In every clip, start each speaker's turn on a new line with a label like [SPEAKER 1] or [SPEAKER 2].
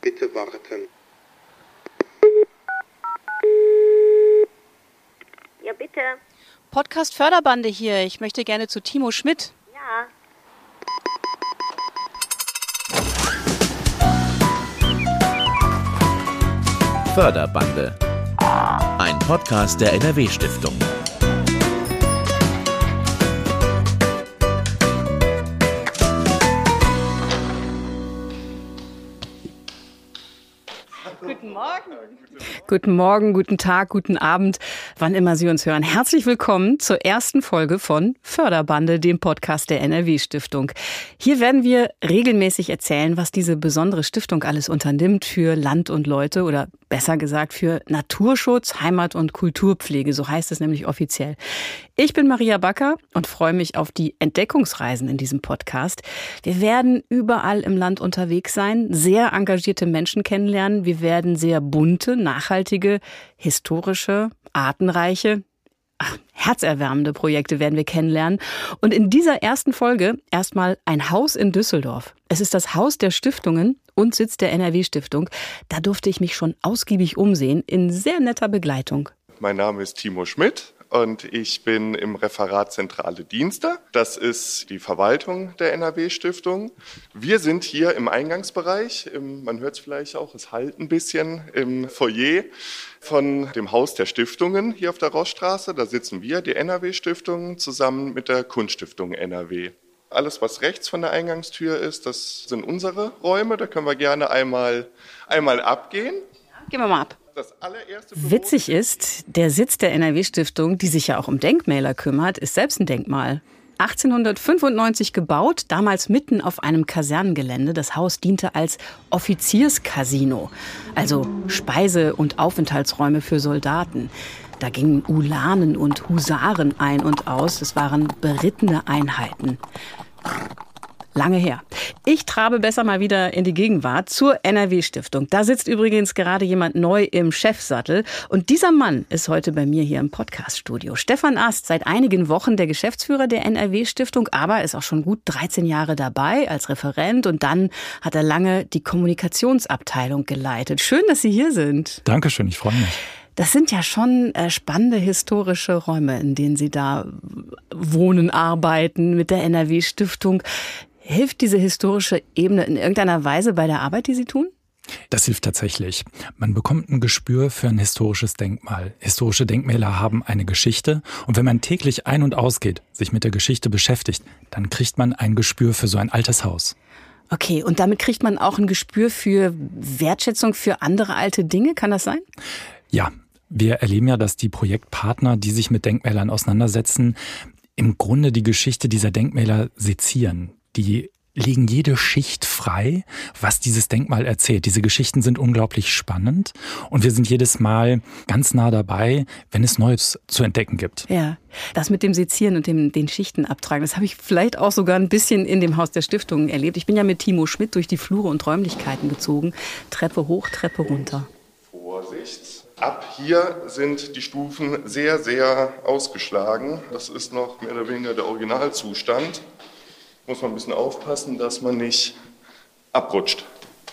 [SPEAKER 1] Bitte warten.
[SPEAKER 2] Ja, bitte.
[SPEAKER 3] Podcast Förderbande hier. Ich möchte gerne zu Timo Schmidt.
[SPEAKER 2] Ja.
[SPEAKER 4] Förderbande. Ein Podcast der NRW-Stiftung.
[SPEAKER 3] Guten Morgen. Guten Morgen, guten Tag, guten Abend, wann immer Sie uns hören. Herzlich willkommen zur ersten Folge von Förderbande, dem Podcast der NRW-Stiftung. Hier werden wir regelmäßig erzählen, was diese besondere Stiftung alles unternimmt für Land und Leute oder besser gesagt für Naturschutz, Heimat- und Kulturpflege, so heißt es nämlich offiziell. Ich bin Maria Backer und freue mich auf die Entdeckungsreisen in diesem Podcast. Wir werden überall im Land unterwegs sein, sehr engagierte Menschen kennenlernen. Wir werden sehr bunte, nachhaltige, historische, artenreiche, herzerwärmende Projekte werden wir kennenlernen. Und in dieser ersten Folge erstmal ein Haus in Düsseldorf. Es ist das Haus der Stiftungen und Sitz der NRW-Stiftung. Da durfte ich mich schon ausgiebig umsehen, in sehr netter Begleitung.
[SPEAKER 5] Mein Name ist Timo Schmidt und ich bin im Referat Zentrale Dienste. Das ist die Verwaltung der NRW-Stiftung. Wir sind hier im Eingangsbereich, man hört es vielleicht auch, es hallt ein bisschen, im Foyer von dem Haus der Stiftungen hier auf der Rossstraße. Da sitzen wir, die NRW-Stiftung, zusammen mit der Kunststiftung NRW. Alles, was rechts von der Eingangstür ist, das sind unsere Räume. Da können wir gerne einmal abgehen.
[SPEAKER 3] Ja, gehen wir mal ab. Witzig ist, der Sitz der NRW-Stiftung, die sich ja auch um Denkmäler kümmert, ist selbst ein Denkmal. 1895 gebaut, damals mitten auf einem Kasernengelände. Das Haus diente als Offizierscasino, also Speise- und Aufenthaltsräume für Soldaten. Da gingen Ulanen und Husaren ein und aus. Das waren berittene Einheiten. Lange her. Ich trabe besser mal wieder in die Gegenwart zur NRW-Stiftung. Da sitzt übrigens gerade jemand neu im Chefsattel. Und dieser Mann ist heute bei mir hier im Podcast-Studio. Stefan Ast, seit einigen Wochen der Geschäftsführer der NRW-Stiftung, aber ist auch schon gut 13 Jahre dabei als Referent. Und dann hat er lange die Kommunikationsabteilung geleitet. Schön, dass Sie hier sind.
[SPEAKER 6] Dankeschön, ich freue mich.
[SPEAKER 3] Das sind ja schon spannende historische Räume, in denen Sie da wohnen, arbeiten mit der NRW-Stiftung. Hilft diese historische Ebene in irgendeiner Weise bei der Arbeit, die Sie tun?
[SPEAKER 6] Das hilft tatsächlich. Man bekommt ein Gespür für ein historisches Denkmal. Historische Denkmäler haben eine Geschichte. Und wenn man täglich ein- und ausgeht, sich mit der Geschichte beschäftigt, dann kriegt man ein Gespür für so ein altes Haus.
[SPEAKER 3] Okay, und damit kriegt man auch ein Gespür für Wertschätzung für andere alte Dinge, kann das sein?
[SPEAKER 6] Ja, wir erleben ja, dass die Projektpartner, die sich mit Denkmälern auseinandersetzen, im Grunde die Geschichte dieser Denkmäler sezieren. Die legen jede Schicht frei, was dieses Denkmal erzählt. Diese Geschichten sind unglaublich spannend und wir sind jedes Mal ganz nah dabei, wenn es Neues zu entdecken gibt.
[SPEAKER 3] Ja, das mit dem Sezieren und den Schichten abtragen, das habe ich vielleicht auch sogar ein bisschen in dem Haus der Stiftung erlebt. Ich bin ja mit Timo Schmidt durch die Flure und Räumlichkeiten gezogen. Treppe hoch, Treppe runter.
[SPEAKER 5] Vorsicht! Ab hier sind die Stufen sehr, sehr ausgeschlagen. Das ist noch mehr oder weniger der Originalzustand. Muss man ein bisschen aufpassen, dass man nicht abrutscht.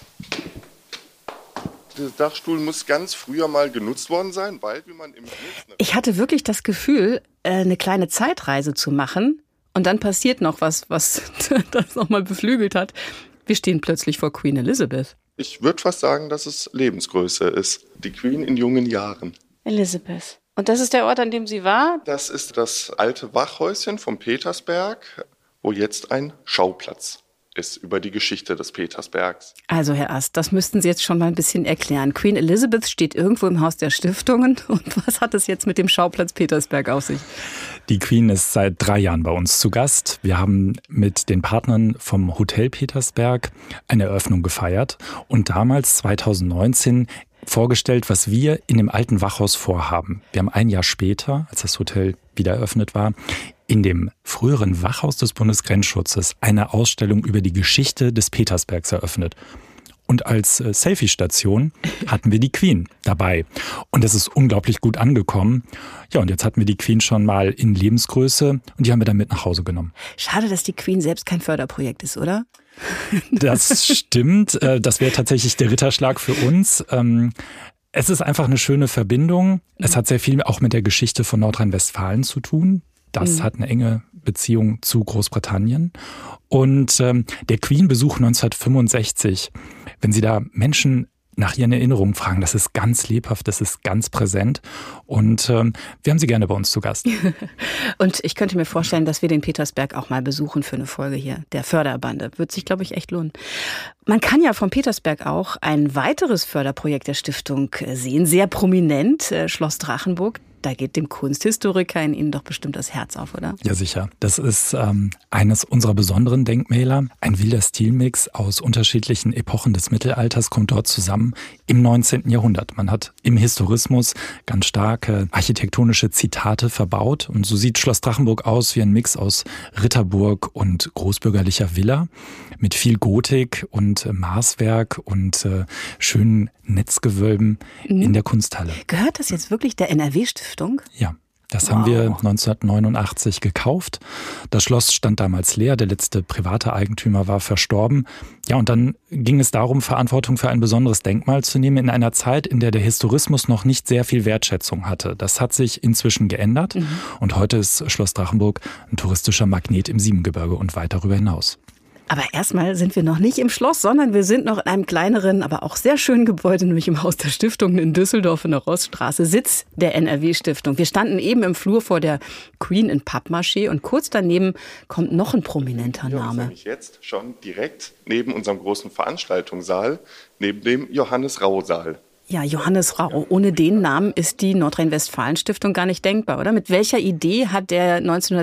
[SPEAKER 5] Dieser Dachstuhl muss ganz früher mal genutzt worden sein, weil wie man im
[SPEAKER 3] Ich hatte wirklich das Gefühl, eine kleine Zeitreise zu machen und dann passiert noch was das nochmal beflügelt hat. Wir stehen plötzlich vor Queen Elizabeth.
[SPEAKER 5] Ich würde fast sagen, dass es Lebensgröße ist. Die Queen in jungen Jahren.
[SPEAKER 3] Elizabeth. Und das ist der Ort, an dem sie war?
[SPEAKER 5] Das ist das alte Wachhäuschen vom Petersberg, wo jetzt ein Schauplatz ist über die Geschichte des Petersbergs.
[SPEAKER 3] Also Herr Ast, das müssten Sie jetzt schon mal ein bisschen erklären. Queen Elizabeth steht irgendwo im Haus der Stiftungen. Und was hat es jetzt mit dem Schauplatz Petersberg auf sich?
[SPEAKER 6] Die Queen ist seit 3 Jahren bei uns zu Gast. Wir haben mit den Partnern vom Hotel Petersberg eine Eröffnung gefeiert und damals 2019 vorgestellt, was wir in dem alten Wachhaus vorhaben. Wir haben ein Jahr später, als das Hotel wieder eröffnet war, in dem früheren Wachhaus des Bundesgrenzschutzes eine Ausstellung über die Geschichte des Petersbergs eröffnet. Und als Selfie-Station hatten wir die Queen dabei. Und das ist unglaublich gut angekommen. Ja, und jetzt hatten wir die Queen schon mal in Lebensgröße und die haben wir dann mit nach Hause genommen.
[SPEAKER 3] Schade, dass die Queen selbst kein Förderprojekt ist, oder?
[SPEAKER 6] Das stimmt. Das wäre tatsächlich der Ritterschlag für uns. Es ist einfach eine schöne Verbindung. Es hat sehr viel auch mit der Geschichte von Nordrhein-Westfalen zu tun. Das hat eine enge Beziehung zu Großbritannien. Und der Queen-Besuch 1965, wenn Sie da Menschen nach ihren Erinnerungen fragen, das ist ganz lebhaft, das ist ganz präsent und wir haben Sie gerne bei uns zu Gast.
[SPEAKER 3] Und ich könnte mir vorstellen, dass wir den Petersberg auch mal besuchen für eine Folge hier, der Förderbande. Wird sich, glaube ich, echt lohnen. Man kann ja vom Petersberg auch ein weiteres Förderprojekt der Stiftung sehen, sehr prominent, Schloss Drachenburg. Da geht dem Kunsthistoriker in Ihnen doch bestimmt das Herz auf, oder?
[SPEAKER 6] Ja, sicher. Das ist eines unserer besonderen Denkmäler. Ein wilder Stilmix aus unterschiedlichen Epochen des Mittelalters kommt dort zusammen im 19. Jahrhundert. Man hat im Historismus ganz starke architektonische Zitate verbaut. Und so sieht Schloss Drachenburg aus wie ein Mix aus Ritterburg und großbürgerlicher Villa mit viel Gotik und Maßwerk und schönen Netzgewölben in der Kunsthalle.
[SPEAKER 3] Gehört das jetzt wirklich der NRW-Stiftung?
[SPEAKER 6] Ja. Das haben wir 1989 gekauft. Das Schloss stand damals leer, der letzte private Eigentümer war verstorben. Ja, und dann ging es darum, Verantwortung für ein besonderes Denkmal zu nehmen in einer Zeit, in der der Historismus noch nicht sehr viel Wertschätzung hatte. Das hat sich inzwischen geändert und heute ist Schloss Drachenburg ein touristischer Magnet im Siebengebirge und weit darüber hinaus.
[SPEAKER 3] Aber erstmal sind wir noch nicht im Schloss, sondern wir sind noch in einem kleineren, aber auch sehr schönen Gebäude, nämlich im Haus der Stiftung in Düsseldorf in der Rossstraße, Sitz der NRW-Stiftung. Wir standen eben im Flur vor der Queen in Pappmaché und kurz daneben kommt noch ein prominenter Name.
[SPEAKER 5] Ja, nämlich jetzt schon direkt neben unserem großen Veranstaltungssaal, neben dem Johannes-Rau-Saal.
[SPEAKER 3] Ja, Johannes Rau. Ohne den Namen ist die Nordrhein-Westfalen-Stiftung gar nicht denkbar, oder? Mit welcher Idee hat der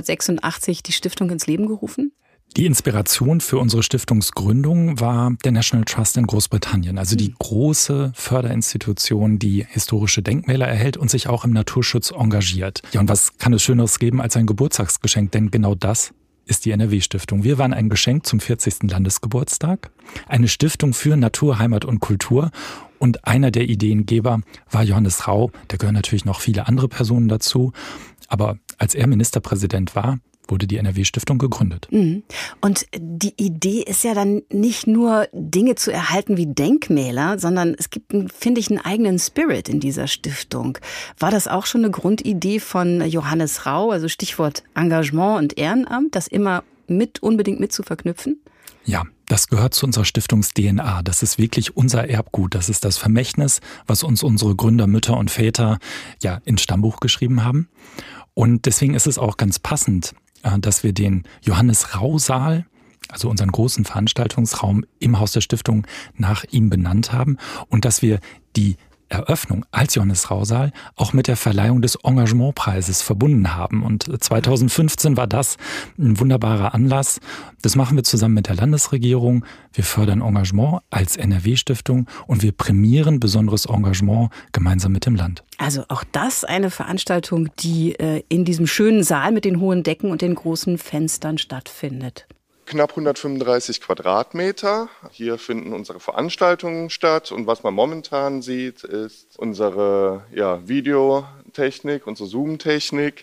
[SPEAKER 3] 1986 die Stiftung ins Leben gerufen?
[SPEAKER 6] Die Inspiration für unsere Stiftungsgründung war der National Trust in Großbritannien, also die große Förderinstitution, die historische Denkmäler erhält und sich auch im Naturschutz engagiert. Ja, und was kann es Schöneres geben als ein Geburtstagsgeschenk? Denn genau das ist die NRW-Stiftung. Wir waren ein Geschenk zum 40. Landesgeburtstag, eine Stiftung für Natur, Heimat und Kultur. Und einer der Ideengeber war Johannes Rau. Da gehören natürlich noch viele andere Personen dazu. Aber als er Ministerpräsident war, wurde die NRW-Stiftung gegründet.
[SPEAKER 3] Und die Idee ist ja dann nicht nur Dinge zu erhalten wie Denkmäler, sondern es gibt, finde ich, einen eigenen Spirit in dieser Stiftung. War das auch schon eine Grundidee von Johannes Rau, also Stichwort Engagement und Ehrenamt, das immer unbedingt mit zu verknüpfen?
[SPEAKER 6] Ja, das gehört zu unserer Stiftungs-DNA. Das ist wirklich unser Erbgut. Das ist das Vermächtnis, was uns unsere Gründer, Mütter und Väter ja ins Stammbuch geschrieben haben. Und deswegen ist es auch ganz passend, dass wir den Johannes-Rau-Saal, also unseren großen Veranstaltungsraum im Haus der Stiftung, nach ihm benannt haben und dass wir die Eröffnung als Johannes-Rau-Saal auch mit der Verleihung des Engagementpreises verbunden haben. Und 2015 war das ein wunderbarer Anlass. Das machen wir zusammen mit der Landesregierung. Wir fördern Engagement als NRW-Stiftung und wir prämieren besonderes Engagement gemeinsam mit dem Land.
[SPEAKER 3] Also auch das eine Veranstaltung, die in diesem schönen Saal mit den hohen Decken und den großen Fenstern stattfindet.
[SPEAKER 5] Knapp 135 Quadratmeter. Hier finden unsere Veranstaltungen statt. Und was man momentan sieht, ist unsere Videotechnik, unsere Zoom-Technik.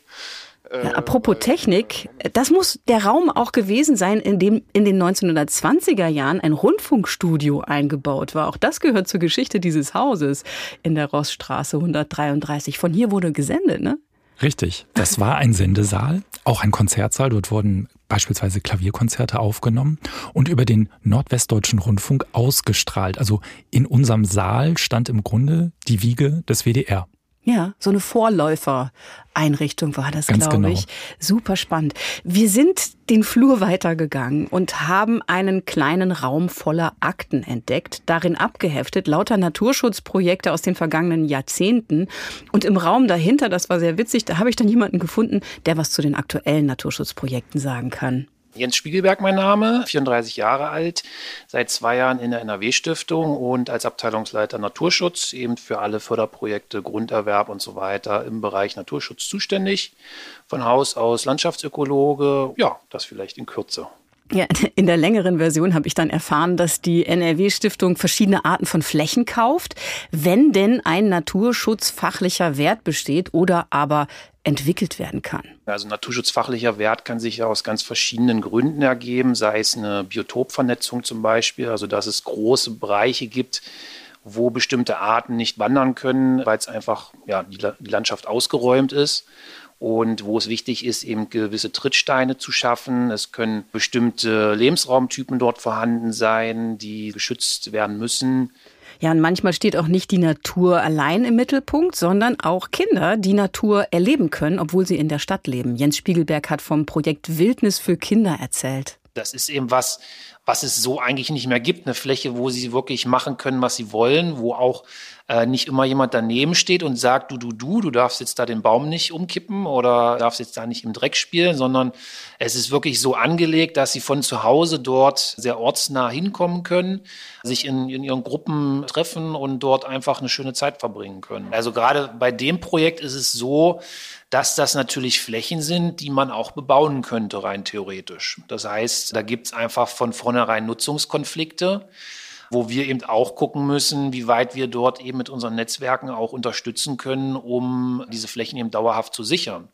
[SPEAKER 3] Apropos Technik, das muss der Raum auch gewesen sein, in dem in den 1920er Jahren ein Rundfunkstudio eingebaut war. Auch das gehört zur Geschichte dieses Hauses in der Rossstraße 133. Von hier wurde gesendet, ne?
[SPEAKER 6] Richtig, das war ein Sendesaal, auch ein Konzertsaal. Dort wurden beispielsweise Klavierkonzerte aufgenommen und über den Nordwestdeutschen Rundfunk ausgestrahlt. Also in unserem Saal stand im Grunde die Wiege des WDR.
[SPEAKER 3] Ja, so eine Vorläufereinrichtung war das, glaube ich. Super spannend. Wir sind den Flur weitergegangen und haben einen kleinen Raum voller Akten entdeckt, darin abgeheftet, lauter Naturschutzprojekte aus den vergangenen Jahrzehnten. Und im Raum dahinter, das war sehr witzig, da habe ich dann jemanden gefunden, der was zu den aktuellen Naturschutzprojekten sagen kann.
[SPEAKER 1] Jens Spiegelberg mein Name, 34 Jahre alt, seit 2 Jahren in der NRW-Stiftung und als Abteilungsleiter Naturschutz eben für alle Förderprojekte, Grunderwerb und so weiter im Bereich Naturschutz zuständig. Von Haus aus Landschaftsökologe, ja, das vielleicht in Kürze.
[SPEAKER 3] Ja, in der längeren Version habe ich dann erfahren, dass die NRW-Stiftung verschiedene Arten von Flächen kauft, wenn denn ein naturschutzfachlicher Wert besteht oder aber entwickelt werden kann.
[SPEAKER 1] Also naturschutzfachlicher Wert kann sich ja aus ganz verschiedenen Gründen ergeben, sei es eine Biotopvernetzung zum Beispiel, also dass es große Bereiche gibt, wo bestimmte Arten nicht wandern können, weil es einfach die Landschaft ausgeräumt ist. Und wo es wichtig ist, eben gewisse Trittsteine zu schaffen. Es können bestimmte Lebensraumtypen dort vorhanden sein, die geschützt werden müssen.
[SPEAKER 3] Ja, und manchmal steht auch nicht die Natur allein im Mittelpunkt, sondern auch Kinder, die Natur erleben können, obwohl sie in der Stadt leben. Jens Spiegelberg hat vom Projekt Wildnis für Kinder erzählt.
[SPEAKER 1] Das ist eben was es so eigentlich nicht mehr gibt. Eine Fläche, wo sie wirklich machen können, was sie wollen, wo auch nicht immer jemand daneben steht und sagt, du darfst jetzt da den Baum nicht umkippen oder darfst jetzt da nicht im Dreck spielen, sondern es ist wirklich so angelegt, dass sie von zu Hause dort sehr ortsnah hinkommen können, sich in ihren Gruppen treffen und dort einfach eine schöne Zeit verbringen können. Also gerade bei dem Projekt ist es so, dass das natürlich Flächen sind, die man auch bebauen könnte, rein theoretisch. Das heißt, da gibt es einfach von vornherein Nutzungskonflikte, wo wir eben auch gucken müssen, wie weit wir dort eben mit unseren Netzwerken auch unterstützen können, um diese Flächen eben dauerhaft zu sichern.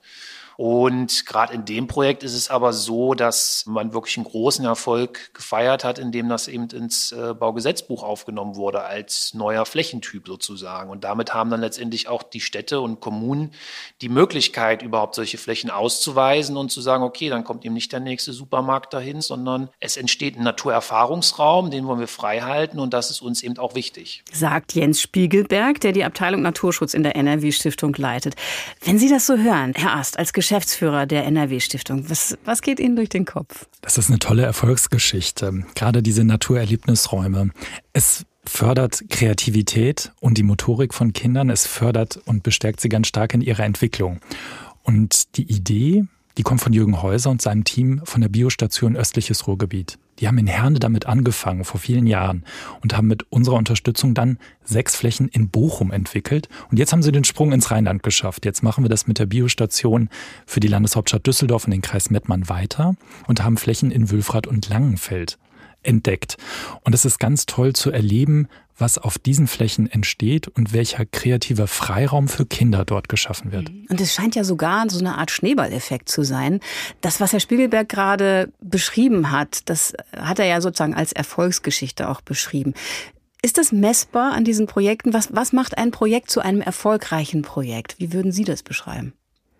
[SPEAKER 1] Und gerade in dem Projekt ist es aber so, dass man wirklich einen großen Erfolg gefeiert hat, indem das eben ins Baugesetzbuch aufgenommen wurde als neuer Flächentyp sozusagen. Und damit haben dann letztendlich auch die Städte und Kommunen die Möglichkeit, überhaupt solche Flächen auszuweisen und zu sagen, okay, dann kommt eben nicht der nächste Supermarkt dahin, sondern es entsteht ein Naturerfahrungsraum, den wollen wir frei halten und das ist uns eben auch wichtig.
[SPEAKER 3] Sagt Jens Spiegelberg, der die Abteilung Naturschutz in der NRW-Stiftung leitet. Wenn Sie das so hören, Herr Ast, als Geschäftsführer der NRW-Stiftung, was geht Ihnen durch den Kopf?
[SPEAKER 6] Das ist eine tolle Erfolgsgeschichte, gerade diese Naturerlebnisräume. Es fördert Kreativität und die Motorik von Kindern, es fördert und bestärkt sie ganz stark in ihrer Entwicklung. Und die Idee, die kommt von Jürgen Häuser und seinem Team von der Biostation Östliches Ruhrgebiet. Die haben in Herne damit angefangen, vor vielen Jahren, und haben mit unserer Unterstützung dann 6 Flächen in Bochum entwickelt. Und jetzt haben sie den Sprung ins Rheinland geschafft. Jetzt machen wir das mit der Biostation für die Landeshauptstadt Düsseldorf und den Kreis Mettmann weiter und haben Flächen in Wülfrath und Langenfeld entdeckt. Und es ist ganz toll zu erleben, was auf diesen Flächen entsteht und welcher kreativer Freiraum für Kinder dort geschaffen wird.
[SPEAKER 3] Und es scheint ja sogar so eine Art Schneeballeffekt zu sein. Das, was Herr Spiegelberg gerade beschrieben hat, das hat er ja sozusagen als Erfolgsgeschichte auch beschrieben. Ist das messbar an diesen Projekten? Was macht ein Projekt zu einem erfolgreichen Projekt? Wie würden Sie das beschreiben?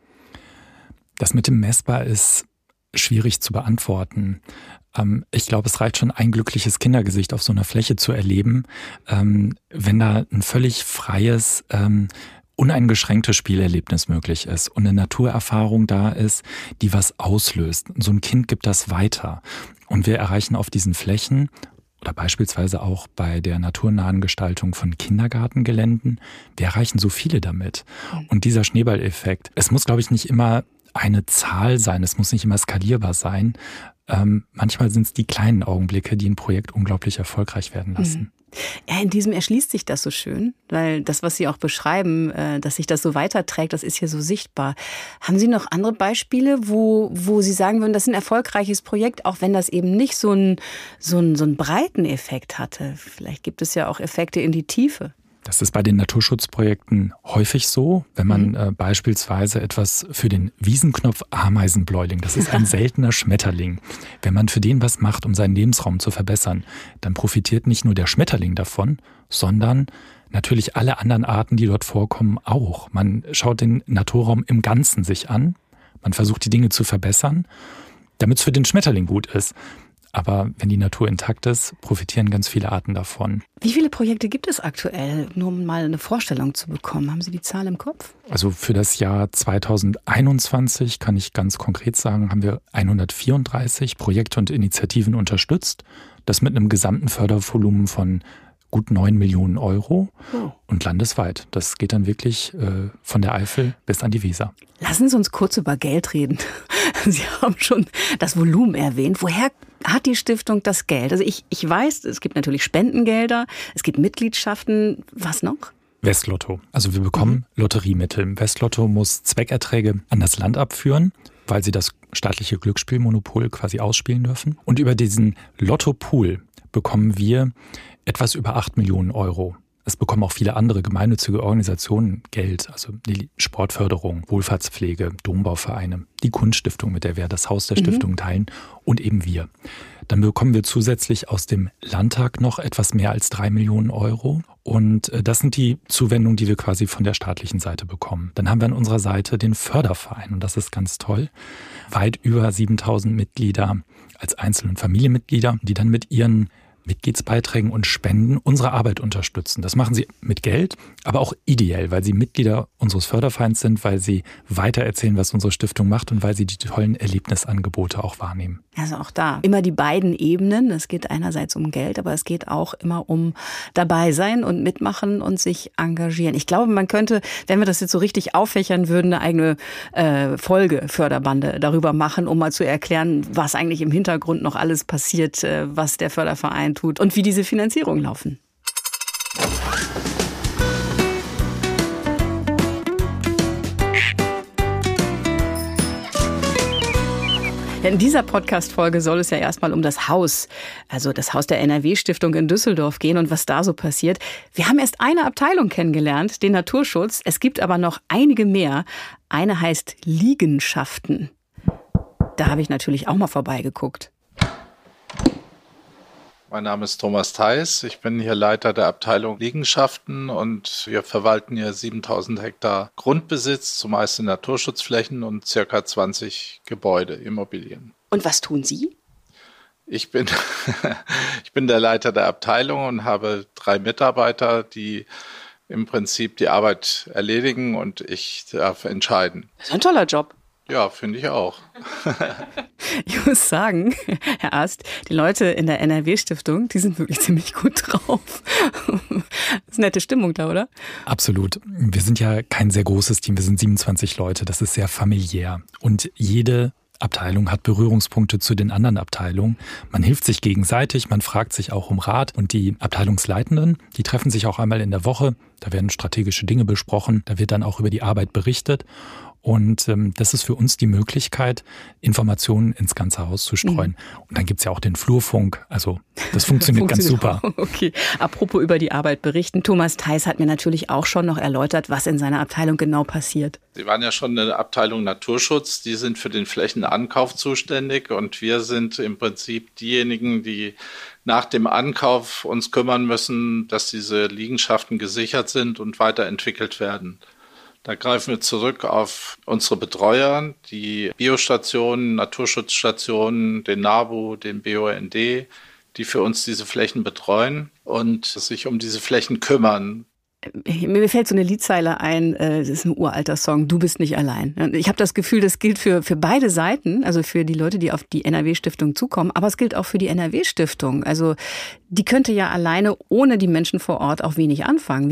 [SPEAKER 6] Das mit dem messbar ist schwierig zu beantworten. Ich glaube, es reicht schon, ein glückliches Kindergesicht auf so einer Fläche zu erleben, wenn da ein völlig freies, uneingeschränktes Spielerlebnis möglich ist und eine Naturerfahrung da ist, die was auslöst. So ein Kind gibt das weiter. Und wir erreichen auf diesen Flächen oder beispielsweise auch bei der naturnahen Gestaltung von Kindergartengeländen, wir erreichen so viele damit. Und dieser Schneeballeffekt, es muss, glaube ich, nicht immer eine Zahl sein, es muss nicht immer skalierbar sein. Manchmal sind es die kleinen Augenblicke, die ein Projekt unglaublich erfolgreich werden lassen.
[SPEAKER 3] Ja, in diesem erschließt sich das so schön, weil das, was Sie auch beschreiben, dass sich das so weiterträgt, das ist hier so sichtbar. Haben Sie noch andere Beispiele, wo Sie sagen würden, das ist ein erfolgreiches Projekt, auch wenn das eben nicht so einen breiten Effekt hatte? Vielleicht gibt es ja auch Effekte in die Tiefe.
[SPEAKER 6] Das ist bei den Naturschutzprojekten häufig so, wenn man beispielsweise etwas für den Wiesenknopf Ameisenbläuling, das ist ein seltener Schmetterling, wenn man für den was macht, um seinen Lebensraum zu verbessern, dann profitiert nicht nur der Schmetterling davon, sondern natürlich alle anderen Arten, die dort vorkommen, auch. Man schaut den Naturraum im Ganzen sich an, man versucht die Dinge zu verbessern, damit es für den Schmetterling gut ist. Aber wenn die Natur intakt ist, profitieren ganz viele Arten davon.
[SPEAKER 3] Wie viele Projekte gibt es aktuell, nur um mal eine Vorstellung zu bekommen? Haben Sie die Zahl im Kopf?
[SPEAKER 6] Also für das Jahr 2021 kann ich ganz konkret sagen, haben wir 134 Projekte und Initiativen unterstützt. Das mit einem gesamten Fördervolumen von gut 9 Millionen Euro und landesweit. Das geht dann wirklich von der Eifel bis an die Weser.
[SPEAKER 3] Lassen Sie uns kurz über Geld reden. Sie haben schon das Volumen erwähnt. Woher hat die Stiftung das Geld? Also ich weiß, es gibt natürlich Spendengelder, es gibt Mitgliedschaften. Was noch?
[SPEAKER 6] Westlotto. Also wir bekommen Lotteriemittel. Westlotto muss Zweckerträge an das Land abführen. weil sie das staatliche Glücksspielmonopol quasi ausspielen dürfen. Und über diesen Lotto-Pool bekommen wir etwas über 8 Millionen Euro. Es bekommen auch viele andere gemeinnützige Organisationen Geld, also die Sportförderung, Wohlfahrtspflege, Dombauvereine, die Kunststiftung, mit der wir das Haus der Stiftung teilen und eben wir. Dann bekommen wir zusätzlich aus dem Landtag noch etwas mehr als 3 Millionen Euro. Und das sind die Zuwendungen, die wir quasi von der staatlichen Seite bekommen. Dann haben wir an unserer Seite den Förderverein und das ist ganz toll. Weit über 7.000 Mitglieder als Einzel- und Familienmitglieder, die dann mit ihren Mitgliedsbeiträgen und Spenden unsere Arbeit unterstützen. Das machen sie mit Geld, aber auch ideell, weil sie Mitglieder unseres Fördervereins sind, weil sie weitererzählen, was unsere Stiftung macht und weil sie die tollen Erlebnisangebote auch wahrnehmen.
[SPEAKER 3] Also auch da immer die beiden Ebenen. Es geht einerseits um Geld, aber es geht auch immer um dabei sein und mitmachen und sich engagieren. Ich glaube, man könnte, wenn wir das jetzt so richtig auffächern würden, eine eigene Folge Förderbande darüber machen, um mal zu erklären, was eigentlich im Hintergrund noch alles passiert, was der Förderverein tut und wie diese Finanzierungen laufen. Ja, in dieser Podcast-Folge soll es ja erstmal um das Haus, also das Haus der NRW-Stiftung in Düsseldorf gehen und was da so passiert. Wir haben erst eine Abteilung kennengelernt, den Naturschutz. Es gibt aber noch einige mehr. Eine heißt Liegenschaften. Da habe ich natürlich auch mal vorbeigeguckt.
[SPEAKER 2] Mein Name ist Thomas Theis. Ich bin hier Leiter der Abteilung Liegenschaften und wir verwalten hier 7.000 Hektar Grundbesitz, zumeist in Naturschutzflächen und ca. 20 Gebäude, Immobilien.
[SPEAKER 3] Und was tun Sie?
[SPEAKER 2] Ich bin der Leiter der Abteilung und habe 3 Mitarbeiter, die im Prinzip die Arbeit erledigen und ich darf entscheiden.
[SPEAKER 3] Das ist ein toller Job.
[SPEAKER 2] Ja, finde ich auch.
[SPEAKER 3] Ich muss sagen, Herr Ast, die Leute in der NRW-Stiftung, die sind wirklich ziemlich gut drauf. Das ist eine nette Stimmung da, oder?
[SPEAKER 6] Absolut. Wir sind ja kein sehr großes Team, wir sind 27 Leute, das ist sehr familiär. Und jede Abteilung hat Berührungspunkte zu den anderen Abteilungen. Man hilft sich gegenseitig, man fragt sich auch um Rat. Und die Abteilungsleitenden, die treffen sich auch einmal in der Woche. Da werden strategische Dinge besprochen, da wird dann auch über die Arbeit berichtet. Und das ist für uns die Möglichkeit, Informationen ins ganze Haus zu streuen. Und dann gibt's ja auch den Flurfunk. Also das funktioniert ganz super.
[SPEAKER 3] Okay, apropos über die Arbeit berichten. Thomas Theis hat mir natürlich auch schon noch erläutert, was in seiner Abteilung genau passiert.
[SPEAKER 2] Sie waren ja schon in der Abteilung Naturschutz. Die sind für den Flächenankauf zuständig. Und wir sind im Prinzip diejenigen, die nach dem Ankauf uns kümmern müssen, dass diese Liegenschaften gesichert sind und weiterentwickelt werden. Da greifen wir zurück auf unsere Betreuer, die Biostationen, Naturschutzstationen, den NABU, den BUND, die für uns diese Flächen betreuen und sich um diese Flächen kümmern.
[SPEAKER 3] Mir fällt so eine Liedzeile ein, das ist ein uralter Song, Du bist nicht allein. Ich habe das Gefühl, das gilt für beide Seiten, also für die Leute, die auf die NRW-Stiftung zukommen, aber es gilt auch für die NRW-Stiftung. Also die könnte ja alleine ohne die Menschen vor Ort auch wenig anfangen.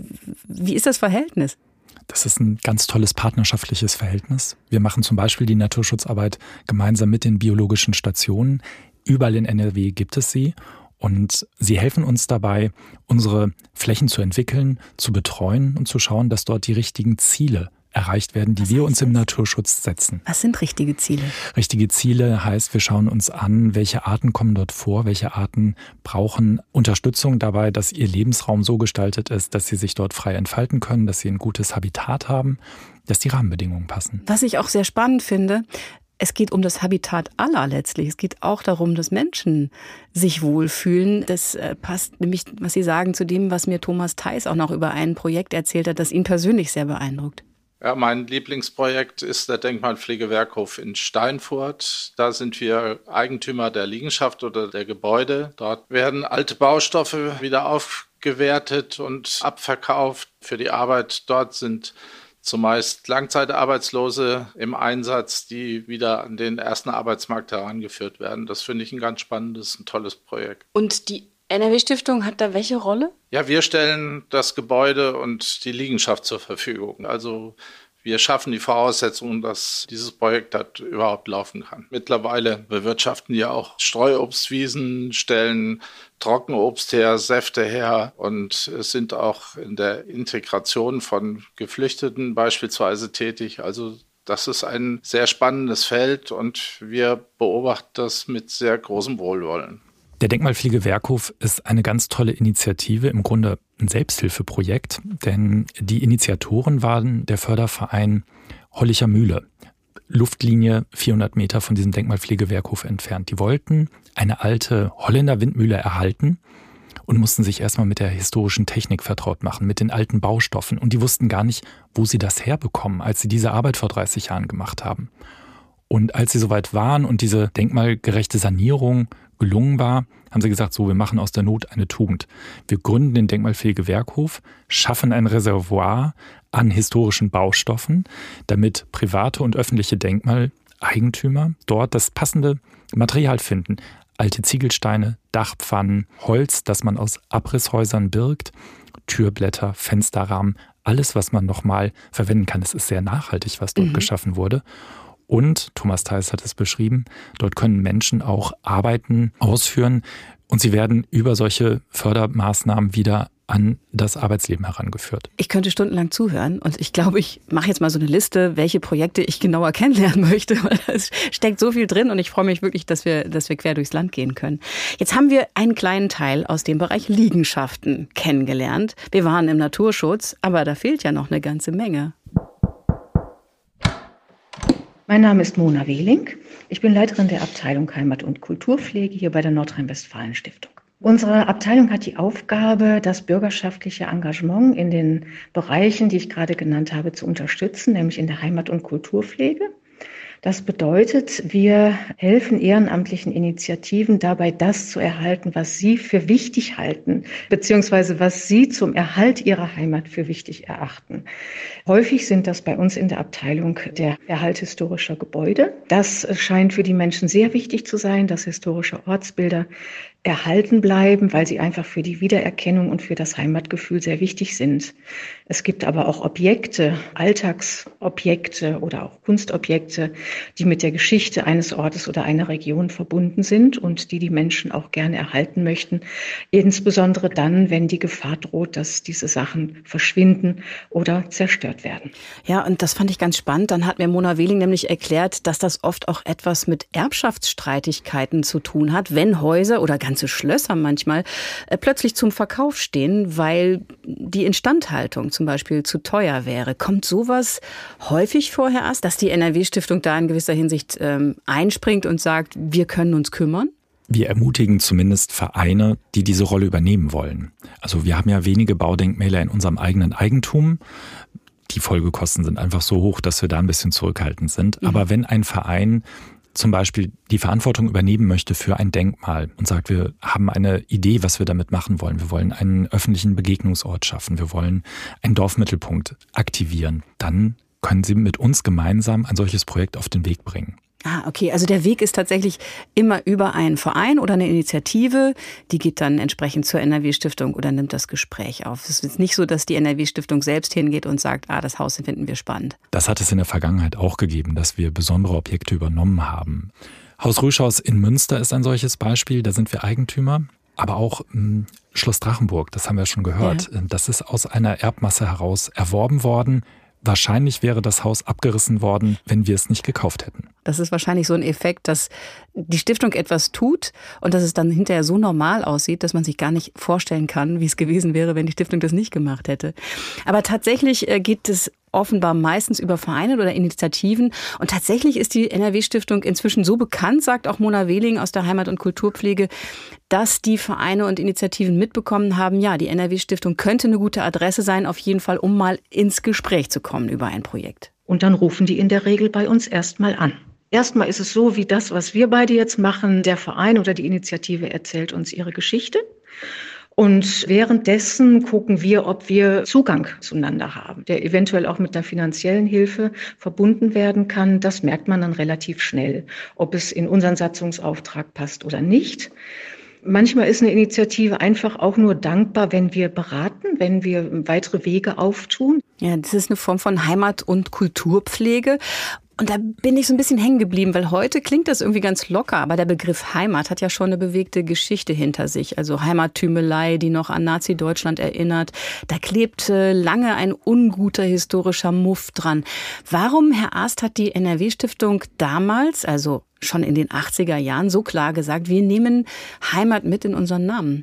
[SPEAKER 3] Wie ist das Verhältnis?
[SPEAKER 6] Das ist ein ganz tolles partnerschaftliches Verhältnis. Wir machen zum Beispiel die Naturschutzarbeit gemeinsam mit den biologischen Stationen. Überall in NRW gibt es sie und sie helfen uns dabei, unsere Flächen zu entwickeln, zu betreuen und zu schauen, dass dort die richtigen Ziele erreicht werden, die wir uns im Naturschutz setzen.
[SPEAKER 3] Was sind richtige Ziele?
[SPEAKER 6] Richtige Ziele heißt, wir schauen uns an, welche Arten kommen dort vor, welche Arten brauchen Unterstützung dabei, dass ihr Lebensraum so gestaltet ist, dass sie sich dort frei entfalten können, dass sie ein gutes Habitat haben, dass die Rahmenbedingungen passen.
[SPEAKER 3] Was ich auch sehr spannend finde, es geht um das Habitat aller letztlich. Es geht auch darum, dass Menschen sich wohlfühlen. Das passt nämlich, was Sie sagen, zu dem, was mir Thomas Theis auch noch über ein Projekt erzählt hat, das ihn persönlich sehr beeindruckt.
[SPEAKER 2] Ja, mein Lieblingsprojekt ist der Denkmalpflegewerkhof in Steinfurt. Da sind wir Eigentümer der Liegenschaft oder der Gebäude. Dort werden alte Baustoffe wieder aufgewertet und abverkauft. Für die Arbeit dort sind zumeist Langzeitarbeitslose im Einsatz, die wieder an den ersten Arbeitsmarkt herangeführt werden. Das finde ich ein ganz spannendes, ein tolles Projekt.
[SPEAKER 3] Und die NRW-Stiftung hat da welche Rolle?
[SPEAKER 2] Ja, wir stellen das Gebäude und die Liegenschaft zur Verfügung. Also wir schaffen die Voraussetzungen, dass dieses Projekt dort überhaupt laufen kann. Mittlerweile bewirtschaften wir auch Streuobstwiesen, stellen Trockenobst her, Säfte her und sind auch in der Integration von Geflüchteten beispielsweise tätig. Also das ist ein sehr spannendes Feld und wir beobachten das mit sehr großem Wohlwollen.
[SPEAKER 6] Der Denkmalpflegewerkhof ist eine ganz tolle Initiative, im Grunde ein Selbsthilfeprojekt, denn die Initiatoren waren der Förderverein Hollicher Mühle. Luftlinie 400 Meter von diesem Denkmalpflegewerkhof entfernt. Die wollten eine alte Holländer Windmühle erhalten und mussten sich erstmal mit der historischen Technik vertraut machen, mit den alten Baustoffen. Und die wussten gar nicht, wo sie das herbekommen, als sie diese Arbeit vor 30 Jahren gemacht haben. Und als sie soweit waren und diese denkmalgerechte Sanierung gelungen war, haben sie gesagt, so, wir machen aus der Not eine Tugend. Wir gründen den Denkmalpflegewerkhof, schaffen ein Reservoir an historischen Baustoffen, damit private und öffentliche Denkmaleigentümer dort das passende Material finden. Alte Ziegelsteine, Dachpfannen, Holz, das man aus Abrisshäusern birgt, Türblätter, Fensterrahmen, alles, was man nochmal verwenden kann. Es ist sehr nachhaltig, was dort geschaffen wurde. Und, Thomas Theis hat es beschrieben, dort können Menschen auch Arbeiten ausführen und sie werden über solche Fördermaßnahmen wieder an das Arbeitsleben herangeführt.
[SPEAKER 3] Ich könnte stundenlang zuhören und ich glaube, ich mache jetzt mal so eine Liste, welche Projekte ich genauer kennenlernen möchte, weil es steckt so viel drin und ich freue mich wirklich, dass wir quer durchs Land gehen können. Jetzt haben wir einen kleinen Teil aus dem Bereich Liegenschaften kennengelernt. Wir waren im Naturschutz, aber da fehlt ja noch eine ganze Menge.
[SPEAKER 7] Mein Name ist Mona Wehling. Ich bin Leiterin der Abteilung Heimat- und Kulturpflege hier bei der Nordrhein-Westfalen-Stiftung. Unsere Abteilung hat die Aufgabe, das bürgerschaftliche Engagement in den Bereichen, die ich gerade genannt habe, zu unterstützen, nämlich in der Heimat- und Kulturpflege. Das bedeutet, wir helfen ehrenamtlichen Initiativen dabei, das zu erhalten, was sie für wichtig halten, beziehungsweise was sie zum Erhalt ihrer Heimat für wichtig erachten. Häufig sind das bei uns in der Abteilung der Erhalt historischer Gebäude. Das scheint für die Menschen sehr wichtig zu sein, dass historische Ortsbilder erhalten bleiben, weil sie einfach für die Wiedererkennung und für das Heimatgefühl sehr wichtig sind. Es gibt aber auch Objekte, Alltagsobjekte oder auch Kunstobjekte, die mit der Geschichte eines Ortes oder einer Region verbunden sind und die Menschen auch gerne erhalten möchten. Insbesondere dann, wenn die Gefahr droht, dass diese Sachen verschwinden oder zerstört werden.
[SPEAKER 3] Ja, und das fand ich ganz spannend. Dann hat mir Mona Wehling nämlich erklärt, dass das oft auch etwas mit Erbschaftsstreitigkeiten zu tun hat, wenn Häuser oder ganze Schlösser manchmal plötzlich zum Verkauf stehen, weil die Instandhaltung zum Beispiel zu teuer wäre. Kommt sowas häufig vorher erst, dass die NRW-Stiftung da in gewisser Hinsicht einspringt und sagt, wir können uns kümmern?
[SPEAKER 6] Wir ermutigen zumindest Vereine, die diese Rolle übernehmen wollen. Also wir haben ja wenige Baudenkmäler in unserem eigenen Eigentum. Die Folgekosten sind einfach so hoch, dass wir da ein bisschen zurückhaltend sind. Aber wenn ein Verein zum Beispiel die Verantwortung übernehmen möchte für ein Denkmal und sagt, wir haben eine Idee, was wir damit machen wollen. Wir wollen einen öffentlichen Begegnungsort schaffen. Wir wollen einen Dorfmittelpunkt aktivieren. Dann können Sie mit uns gemeinsam ein solches Projekt auf den Weg bringen.
[SPEAKER 3] Ah, okay. Also der Weg ist tatsächlich immer über einen Verein oder eine Initiative. Die geht dann entsprechend zur NRW-Stiftung oder nimmt das Gespräch auf. Es ist jetzt nicht so, dass die NRW-Stiftung selbst hingeht und sagt, das Haus finden wir spannend.
[SPEAKER 6] Das hat es in der Vergangenheit auch gegeben, dass wir besondere Objekte übernommen haben. Haus Rüschhaus in Münster ist ein solches Beispiel. Da sind wir Eigentümer. Aber auch Schloss Drachenburg, das haben wir schon gehört. Ja. Das ist aus einer Erbmasse heraus erworben worden. Wahrscheinlich wäre das Haus abgerissen worden, wenn wir es nicht gekauft hätten.
[SPEAKER 3] Das ist wahrscheinlich so ein Effekt, dass die Stiftung etwas tut und dass es dann hinterher so normal aussieht, dass man sich gar nicht vorstellen kann, wie es gewesen wäre, wenn die Stiftung das nicht gemacht hätte. Aber tatsächlich geht es offenbar meistens über Vereine oder Initiativen. Und tatsächlich ist die NRW-Stiftung inzwischen so bekannt, sagt auch Mona Wehling aus der Heimat- und Kulturpflege, dass die Vereine und Initiativen mitbekommen haben, ja, die NRW-Stiftung könnte eine gute Adresse sein, auf jeden Fall, um mal ins Gespräch zu kommen über ein Projekt.
[SPEAKER 7] Und dann rufen die in der Regel bei uns erstmal an. Erstmal ist es so, wie das, was wir beide jetzt machen, der Verein oder die Initiative erzählt uns ihre Geschichte. Und währenddessen gucken wir, ob wir Zugang zueinander haben, der eventuell auch mit einer finanziellen Hilfe verbunden werden kann. Das merkt man dann relativ schnell, ob es in unseren Satzungsauftrag passt oder nicht. Manchmal ist eine Initiative einfach auch nur dankbar, wenn wir beraten, wenn wir weitere Wege auftun.
[SPEAKER 3] Ja, das ist eine Form von Heimat- und Kulturpflege. Und da bin ich so ein bisschen hängen geblieben, weil heute klingt das irgendwie ganz locker, aber der Begriff Heimat hat ja schon eine bewegte Geschichte hinter sich. Also Heimattümelei, die noch an Nazi-Deutschland erinnert. Da klebt lange ein unguter historischer Muff dran. Warum, Herr Aast, hat die NRW-Stiftung damals, also schon in den 80er Jahren, so klar gesagt, wir nehmen Heimat mit in unseren Namen?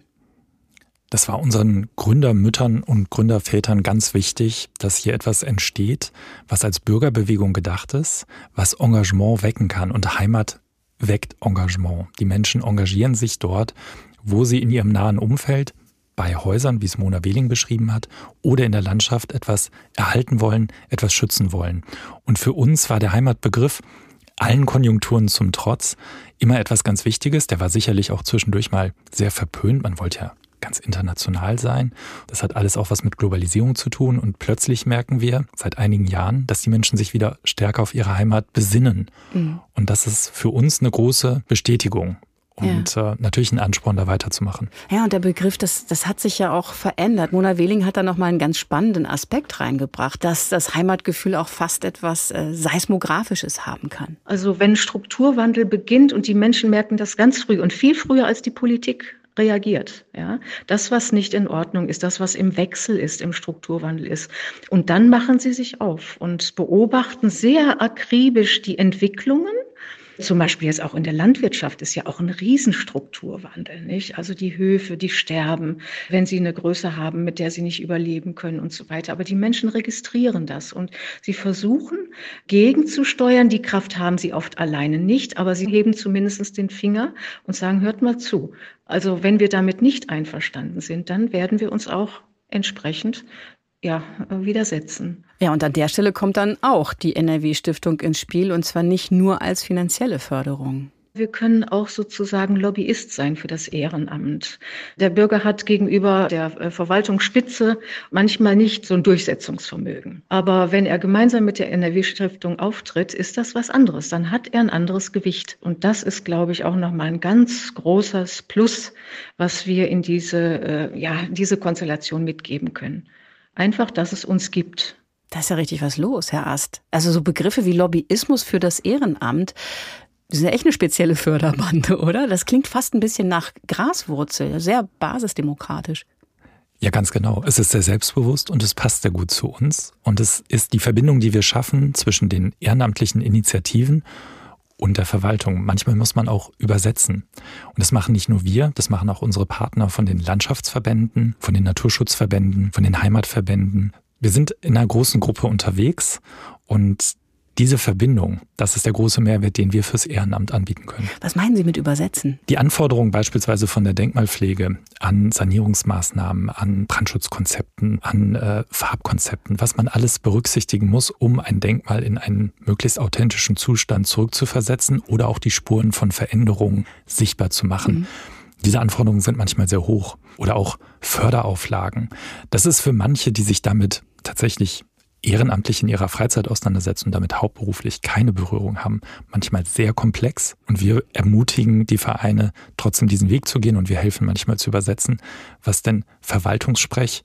[SPEAKER 6] Das war unseren Gründermüttern und Gründervätern ganz wichtig, dass hier etwas entsteht, was als Bürgerbewegung gedacht ist, was Engagement wecken kann. Und Heimat weckt Engagement. Die Menschen engagieren sich dort, wo sie in ihrem nahen Umfeld, bei Häusern, wie es Mona Wehling beschrieben hat, oder in der Landschaft etwas erhalten wollen, etwas schützen wollen. Und für uns war der Heimatbegriff allen Konjunkturen zum Trotz immer etwas ganz Wichtiges. Der war sicherlich auch zwischendurch mal sehr verpönt. Man wollte ja ganz international sein. Das hat alles auch was mit Globalisierung zu tun. Und plötzlich merken wir seit einigen Jahren, dass die Menschen sich wieder stärker auf ihre Heimat besinnen. Mhm. Und das ist für uns eine große Bestätigung. Und natürlich ein Ansporn, da weiterzumachen.
[SPEAKER 3] Ja, und der Begriff, das hat sich ja auch verändert. Mona Wehling hat da nochmal einen ganz spannenden Aspekt reingebracht, dass das Heimatgefühl auch fast etwas Seismografisches haben kann.
[SPEAKER 7] Also wenn Strukturwandel beginnt und die Menschen merken das ganz früh und viel früher als die Politik reagiert. Ja, das, was nicht in Ordnung ist, das, was im Wechsel ist, im Strukturwandel ist. Und dann machen sie sich auf und beobachten sehr akribisch die Entwicklungen. Zum Beispiel jetzt auch in der Landwirtschaft ist ja auch ein Riesenstrukturwandel, nicht? Also die Höfe, die sterben, wenn sie eine Größe haben, mit der sie nicht überleben können und so weiter. Aber die Menschen registrieren das und sie versuchen gegenzusteuern. Die Kraft haben sie oft alleine nicht, aber sie heben zumindest den Finger und sagen, hört mal zu. Also wenn wir damit nicht einverstanden sind, dann werden wir uns auch entsprechend widersetzen.
[SPEAKER 3] Ja, und an der Stelle kommt dann auch die NRW-Stiftung ins Spiel, und zwar nicht nur als finanzielle Förderung.
[SPEAKER 7] Wir können auch sozusagen Lobbyist sein für das Ehrenamt. Der Bürger hat gegenüber der Verwaltungsspitze manchmal nicht so ein Durchsetzungsvermögen. Aber wenn er gemeinsam mit der NRW-Stiftung auftritt, ist das was anderes. Dann hat er ein anderes Gewicht. Und das ist, glaube ich, auch nochmal ein ganz großes Plus, was wir in diese Konstellation mitgeben können. Einfach, dass es uns gibt.
[SPEAKER 3] Da ist ja richtig was los, Herr Aast. Also so Begriffe wie Lobbyismus für das Ehrenamt, das ist ja echt eine spezielle Förderbande, oder? Das klingt fast ein bisschen nach Graswurzel, sehr basisdemokratisch.
[SPEAKER 6] Ja, ganz genau. Es ist sehr selbstbewusst und es passt sehr gut zu uns. Und es ist die Verbindung, die wir schaffen zwischen den ehrenamtlichen Initiativen und der Verwaltung. Manchmal muss man auch übersetzen. Und das machen nicht nur wir, das machen auch unsere Partner von den Landschaftsverbänden, von den Naturschutzverbänden, von den Heimatverbänden. Wir sind in einer großen Gruppe unterwegs und diese Verbindung, das ist der große Mehrwert, den wir fürs Ehrenamt anbieten können.
[SPEAKER 3] Was meinen Sie mit übersetzen?
[SPEAKER 6] Die Anforderungen beispielsweise von der Denkmalpflege an Sanierungsmaßnahmen, an Brandschutzkonzepten, an Farbkonzepten, was man alles berücksichtigen muss, um ein Denkmal in einen möglichst authentischen Zustand zurückzuversetzen oder auch die Spuren von Veränderungen sichtbar zu machen. Mhm. Diese Anforderungen sind manchmal sehr hoch. Oder auch Förderauflagen. Das ist für manche, die sich damit tatsächlich ehrenamtlich in ihrer Freizeit auseinandersetzen und damit hauptberuflich keine Berührung haben, manchmal sehr komplex. Und wir ermutigen die Vereine, trotzdem diesen Weg zu gehen, und wir helfen manchmal zu übersetzen, was denn Verwaltungssprech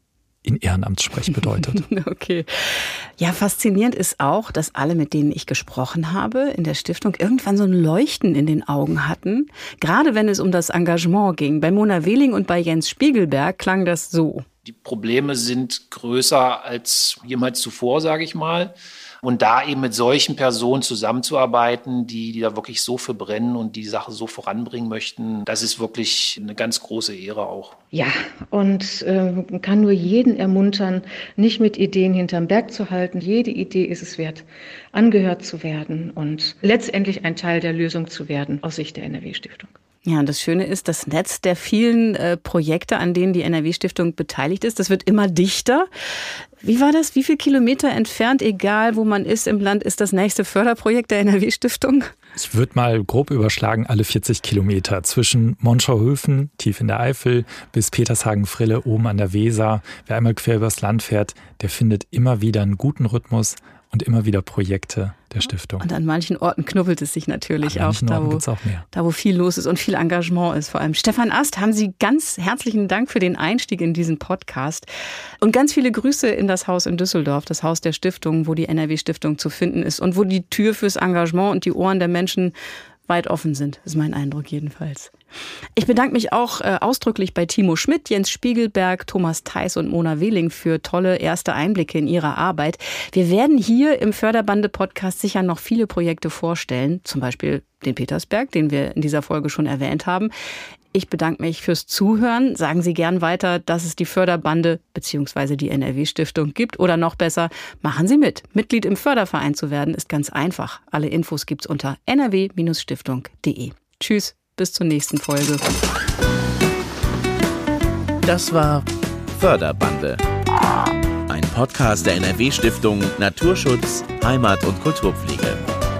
[SPEAKER 6] in Ehrenamtssprech bedeutet.
[SPEAKER 3] Okay. Ja, faszinierend ist auch, dass alle, mit denen ich gesprochen habe in der Stiftung, irgendwann so ein Leuchten in den Augen hatten. Gerade wenn es um das Engagement ging. Bei Mona Wehling und bei Jens Spiegelberg klang das so.
[SPEAKER 1] Die Probleme sind größer als jemals zuvor, sage ich mal. Und da eben mit solchen Personen zusammenzuarbeiten, die da wirklich so für brennen und die Sache so voranbringen möchten, das ist wirklich eine ganz große Ehre auch.
[SPEAKER 7] Ja, und kann nur jeden ermuntern, nicht mit Ideen hinterm Berg zu halten. Jede Idee ist es wert, angehört zu werden und letztendlich ein Teil der Lösung zu werden aus Sicht der NRW-Stiftung.
[SPEAKER 3] Ja, und das Schöne ist, das Netz der vielen Projekte, an denen die NRW-Stiftung beteiligt ist, das wird immer dichter. Wie war das? Wie viele Kilometer entfernt, egal wo man ist im Land, ist das nächste Förderprojekt der NRW-Stiftung?
[SPEAKER 6] Ich würde mal grob überschlagen, alle 40 Kilometer zwischen Monschauhöfen, tief in der Eifel, bis Petershagen-Frille, oben an der Weser. Wer einmal quer übers Land fährt, der findet immer wieder einen guten Rhythmus und immer wieder Projekte der Stiftung.
[SPEAKER 3] Und an manchen Orten knubbelt es sich natürlich auch,
[SPEAKER 6] da
[SPEAKER 3] wo viel los ist und viel Engagement ist vor allem. Stefan Ast, haben Sie ganz herzlichen Dank für den Einstieg in diesen Podcast und ganz viele Grüße in das Haus in Düsseldorf, das Haus der Stiftung, wo die NRW-Stiftung zu finden ist und wo die Tür fürs Engagement und die Ohren der Menschen weit offen sind, ist mein Eindruck jedenfalls. Ich bedanke mich auch ausdrücklich bei Timo Schmidt, Jens Spiegelberg, Thomas Theis und Mona Wehling für tolle erste Einblicke in ihre Arbeit. Wir werden hier im Förderbande-Podcast sicher noch viele Projekte vorstellen, zum Beispiel den Petersberg, den wir in dieser Folge schon erwähnt haben. Ich bedanke mich fürs Zuhören. Sagen Sie gern weiter, dass es die Förderbande bzw. die NRW-Stiftung gibt. Oder noch besser, machen Sie mit. Mitglied im Förderverein zu werden ist ganz einfach. Alle Infos gibt's unter nrw-stiftung.de. Tschüss, bis zur nächsten Folge.
[SPEAKER 4] Das war Förderbande. Ein Podcast der NRW-Stiftung Naturschutz, Heimat und Kulturpflege.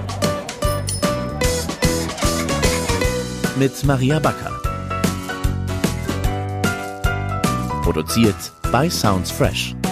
[SPEAKER 4] Mit Maria Backer. Produziert bei Sounds Fresh.